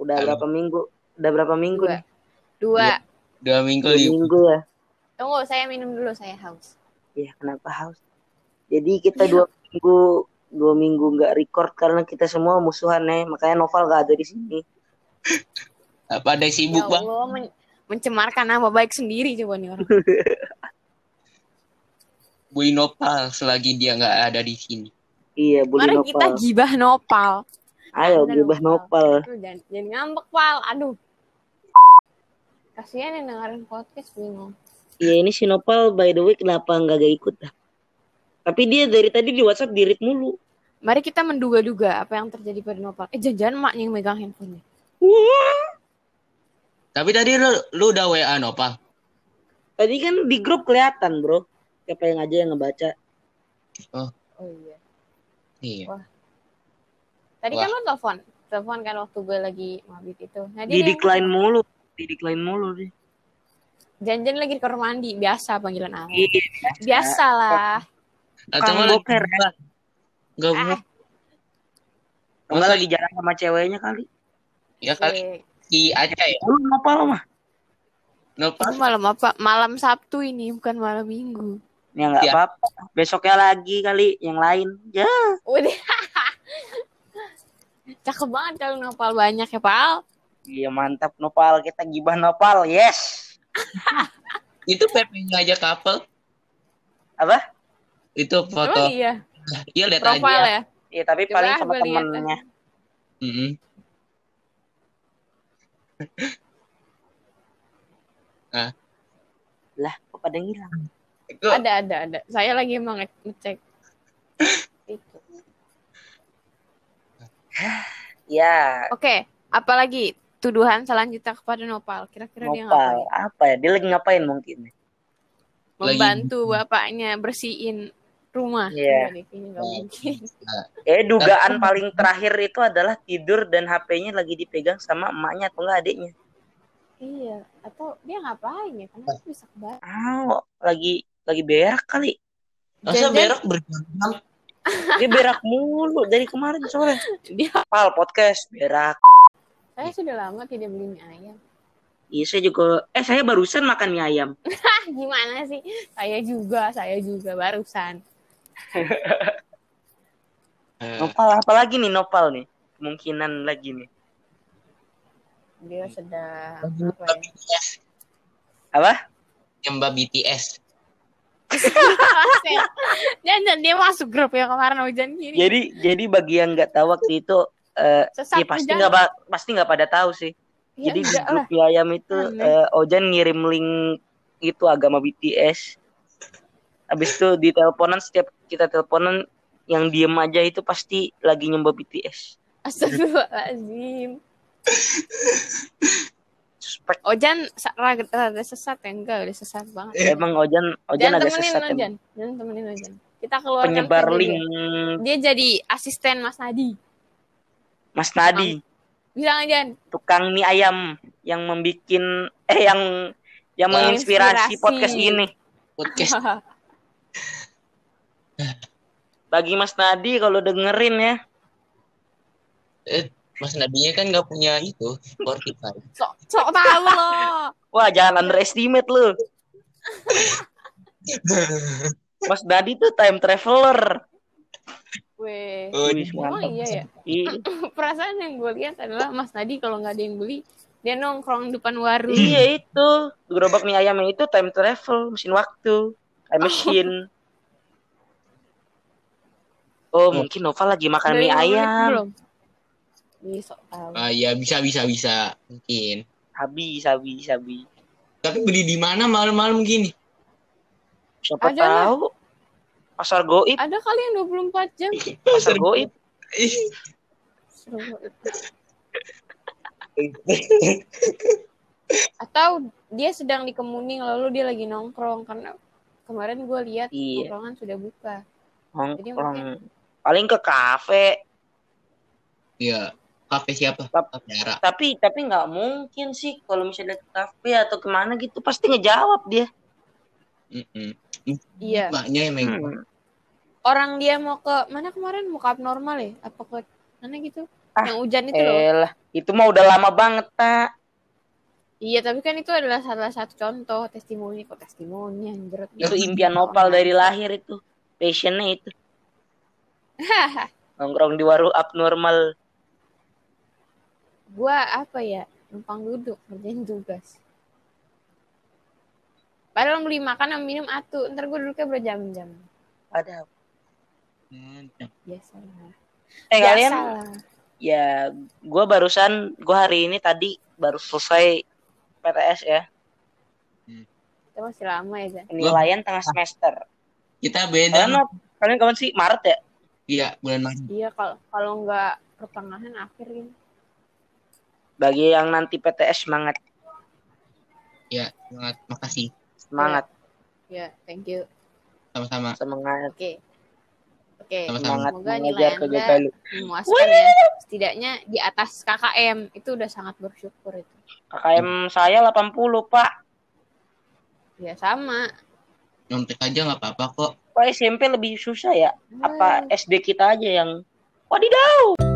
Udah Halo. berapa minggu? Udah berapa minggu nih? 2 minggu 2 minggu ya. Tunggu, saya minum dulu, saya haus. Iya, kenapa haus? Jadi kita 2 minggu nggak record karena kita semua musuhan ya. Makanya Noval nggak ada di sini. Apa ada sibuk Ya bang? Allah, mencemarkan nama baik sendiri coba nih orang. Bui Nopal selagi dia nggak ada di sini. Iya, bully Mari Noval. kita gibah Nopal. Ayo Anda gibah Nopal. Aduh, jangan ngambek, Pal. Aduh. Kasihan yang dengerin podcast bingung. Iya, ini si Nopal by the way kenapa nggak ikut dah? Tapi dia dari tadi di WhatsApp di-read mulu. Mari kita menduga-duga apa yang terjadi pada Nopal. Jangan-jangan emaknya yang megang handphonenya. Tapi tadi lu udah WA Nopal? Tadi kan di grup kelihatan, bro. Siapa yang aja yang ngebaca. Oh iya. Iya. Wah. Tadi kan lu telepon kan waktu gue lagi mabit itu. Nah, Di decline mulu deh. Janjian lagi di kamar mandi, biasa panggilan awal. Iya, Biasalah. Atau Kang boker. Enggak bukan. Enggak lagi jalan sama ceweknya kali. Ya kali di Aceh ya. Lu Nopal mah. Nopal Malam apa? Malam Sabtu ini, bukan malam Minggu. Ya nggak apa-apa. Besoknya lagi kali yang lain. Ya. Udah. Cakep banget kalau Nopal banyak ya, Pal. Iya mantap Nopal. Kita gibah Nopal. Yes. itu PP-nya aja couple. Apa? Itu foto. Emang iya. Iya lihat Profil aja. ya. Iya tapi Coba paling sama gue lihat. temennya. Nah. Lah, kok pada ngilang? Ada. Saya lagi emang ngecek. Itu. Ya. Oke, apalagi tuduhan selanjutnya kepada Nopal. Kira-kira dia Nopal ngapain? apa ya? Dia lagi ngapain mungkin? Membantu bapaknya bersihin rumah. Iya. Enggak mungkin. Dugaan paling terakhir itu adalah tidur dan HP-nya lagi dipegang sama emaknya atau enggak adiknya. Iya, atau dia ngapain ya? Kenapa bisa kebalik? Lagi berak kali. Masa berak berjam-jam? Dia berak mulu dari kemarin sore. Dia Pal podcast berak. saya sudah lama tidak beli mie ayam. Iya saya juga. Saya barusan makan mie ayam. Gimana sih? Saya juga barusan. Nopal apa lagi nih Nopal nih? Kemungkinan lagi nih. Dia sedang Nyembah apa ya? BTS. Apa? Nyembah BTS. Jangan dia masuk grup ya kemarin hujan gini. Jadi bagi yang nggak tahu waktu itu Sesat ya pasti hujan. nggak pada tahu sih. Ya, Jadi di enggak grup lah. mie ayam itu Ojan ngirim link itu agama BTS. Habis itu di teleponan, setiap kita teleponan yang diem aja itu pasti lagi nyembah BTS. Astagfirullahaladzim. Suspek. Ojan rada sesat ya? Enggak, udah sesat banget. Emang Ojan Jangan agak temenin sesat. Ojan. Jangan temenin Ojan. Kita keluarkan Penyebar saja link dia jadi asisten Mas Nadi. Mas Nadi. Bilang aja. Tukang mie ayam yang membikin yang menginspirasi podcast ini. Podcast. Bagi Mas Nadi kalau dengerin ya. Mas Nadinya kan nggak punya itu Spotify. Sok tahu loh. Wah, jangan underestimate lu. Mas Nadi tuh time traveler. Weh. Emang iya ya. Perasaan yang gue lihat adalah Mas Nadi kalau nggak ada yang beli, dia nongkrong depan warung. Iya itu, gerobak mie ayamnya itu time travel, mesin waktu, time machine. Mungkin Nova lagi makan mie ayam. Bisa tahu. Ya bisa mungkin. Habis. Tapi beli di mana malam-malam gini? Siapa tahu? Pasar Goib. Ada kali yang 24 jam. Pasar Goib. Atau dia sedang di Kemuning lalu dia lagi nongkrong karena kemarin gue lihat nongkrongan sudah buka. Nongkrong. Paling ke kafe. Iya. Kafe siapa? Tapi nggak mungkin sih kalau misalnya ke kafe atau kemana gitu pasti ngejawab dia. Iya. Maknya emang. Orang dia mau ke mana kemarin? Mau ke abnormal ya? Apa ke mana gitu? Yang hujan itu loh. Elah, itu mah udah lama banget, tak. Iya, tapi kan itu adalah salah satu contoh testimoni anjir. Itu impian Nopal dari lahir itu. Passionnya itu. Nongkrong di warung abnormal. Gua apa ya? Numpang duduk ngerjain tugas. Padahal beli makan sama minum atuh. Ntar gue duduknya berjam-jam. Ada. Biasalah. Kalian? Biasalah. Ya, gue hari ini tadi baru selesai PTS ya. Kita masih lama ya, Zan? Penilaian tengah semester. Kita beda. Kalian kapan sih? Maret ya? Iya, bulan Maret. Iya, kalau nggak pertengahan akhir gitu. Bagi yang nanti PTS semangat. Ya, semangat. Makasih. Semangat. Ya, thank you. Sama-sama. Semangat. Oke. Semangat Semoga mengajar nilai Anda memuaskan ya. Setidaknya di atas KKM itu udah sangat bersyukur itu. KKM saya 80, Pak. Ya sama. Nyontek aja nggak apa-apa kok. Kok SMP lebih susah ya? Apa SD kita aja yang wadidaw?